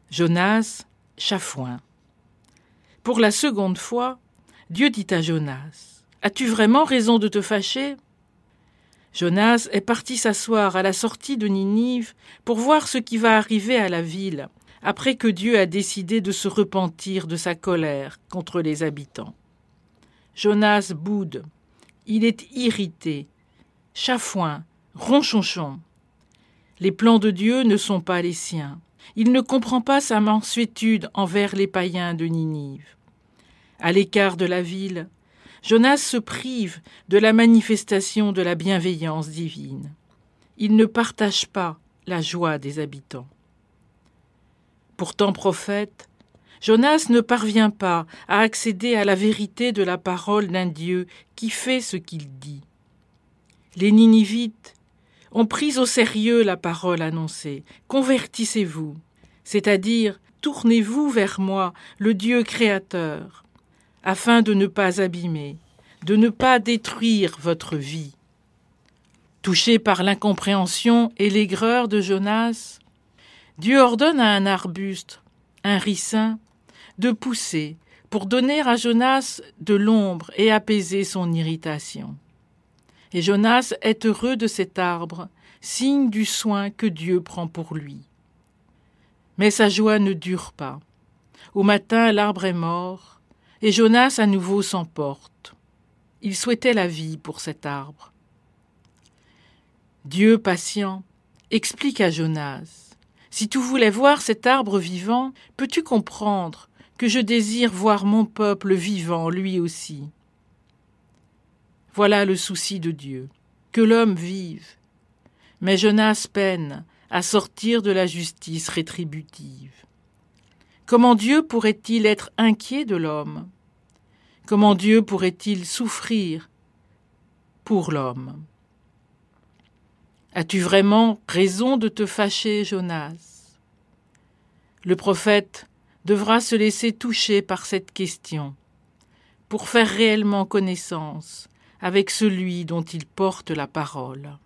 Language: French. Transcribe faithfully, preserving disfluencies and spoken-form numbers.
Jonas, chafouin. Pour la seconde fois, Dieu dit à Jonas, « As-tu vraiment raison de te fâcher ?» Jonas est parti s'asseoir à la sortie de Ninive pour voir ce qui va arriver à la ville, après que Dieu a décidé de se repentir de sa colère contre les habitants. Jonas boude, il est irrité, chafouin, ronchonchon. Les plans de Dieu ne sont pas les siens. Il ne comprend pas sa mansuétude envers les païens de Ninive. À l'écart de la ville, Jonas se prive de la manifestation de la bienveillance divine. Il ne partage pas la joie des habitants. Pourtant prophète, Jonas ne parvient pas à accéder à la vérité de la parole d'un Dieu qui fait ce qu'il dit. Les Ninivites ont pris au sérieux la parole annoncée. Convertissez-vous, c'est-à-dire tournez-vous vers moi, le Dieu créateur, afin de ne pas abîmer, de ne pas détruire votre vie. Touché par l'incompréhension et l'aigreur de Jonas, Dieu ordonne à un arbuste, un ricin, de pousser pour donner à Jonas de l'ombre et apaiser son irritation. Et Jonas est heureux de cet arbre, signe du soin que Dieu prend pour lui. Mais sa joie ne dure pas. Au matin, l'arbre est mort, et Jonas à nouveau s'emporte. Il souhaitait la vie pour cet arbre. Dieu, patient, explique à Jonas, « Si tu voulais voir cet arbre vivant, peux-tu comprendre que je désire voir mon peuple vivant lui aussi ?» Voilà le souci de Dieu, que l'homme vive. Mais Jonas peine à sortir de la justice rétributive. Comment Dieu pourrait-il être inquiet de l'homme ? Comment Dieu pourrait-il souffrir pour l'homme ? As-tu vraiment raison de te fâcher, Jonas ? Le prophète devra se laisser toucher par cette question pour faire réellement connaissance avec celui dont il porte la parole.